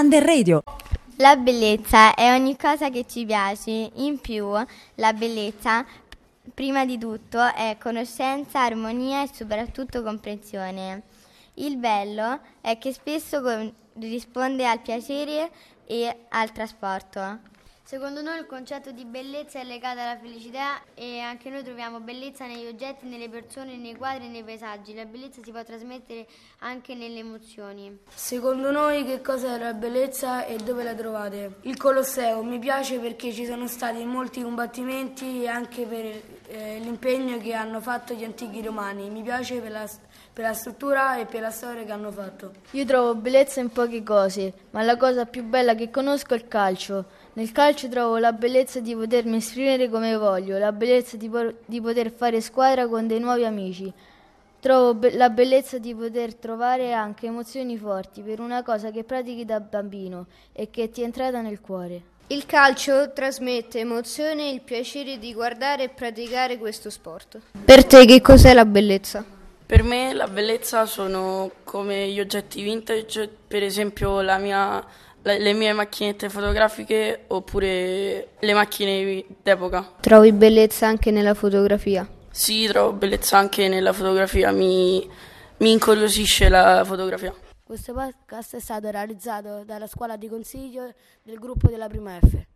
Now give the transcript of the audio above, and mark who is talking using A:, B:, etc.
A: Under Radio.
B: La bellezza è ogni cosa che ci piace, in più la bellezza, prima di tutto, è conoscenza, armonia e soprattutto comprensione. Il bello è che spesso risponde al piacere e al trasporto.
C: Secondo noi il concetto di bellezza è legato alla felicità e anche noi troviamo bellezza negli oggetti, nelle persone, nei quadri e nei paesaggi. La bellezza si può trasmettere anche nelle emozioni.
D: Secondo noi che cosa è la bellezza e dove la trovate? Il Colosseo mi piace perché ci sono stati molti combattimenti e anche per l'impegno che hanno fatto gli antichi romani. Mi piace per la struttura e per la storia che hanno fatto.
E: Io trovo bellezza in poche cose, ma la cosa più bella che conosco è il calcio. Nel calcio trovo la bellezza di potermi esprimere come voglio, la bellezza di poter fare squadra con dei nuovi amici. Trovo la bellezza di poter trovare anche emozioni forti per una cosa che pratichi da bambino e che ti è entrata nel cuore.
F: Il calcio trasmette emozione e il piacere di guardare e praticare questo sport.
C: Per te che cos'è la bellezza?
G: Per me la bellezza sono come gli oggetti vintage, per esempio le mie macchinette fotografiche oppure le macchine d'epoca.
C: Trovi bellezza anche nella fotografia?
G: Sì, trovo bellezza anche nella fotografia, mi incuriosisce la fotografia.
H: Questo podcast è stato realizzato dalla scuola di consiglio del gruppo della Prima F.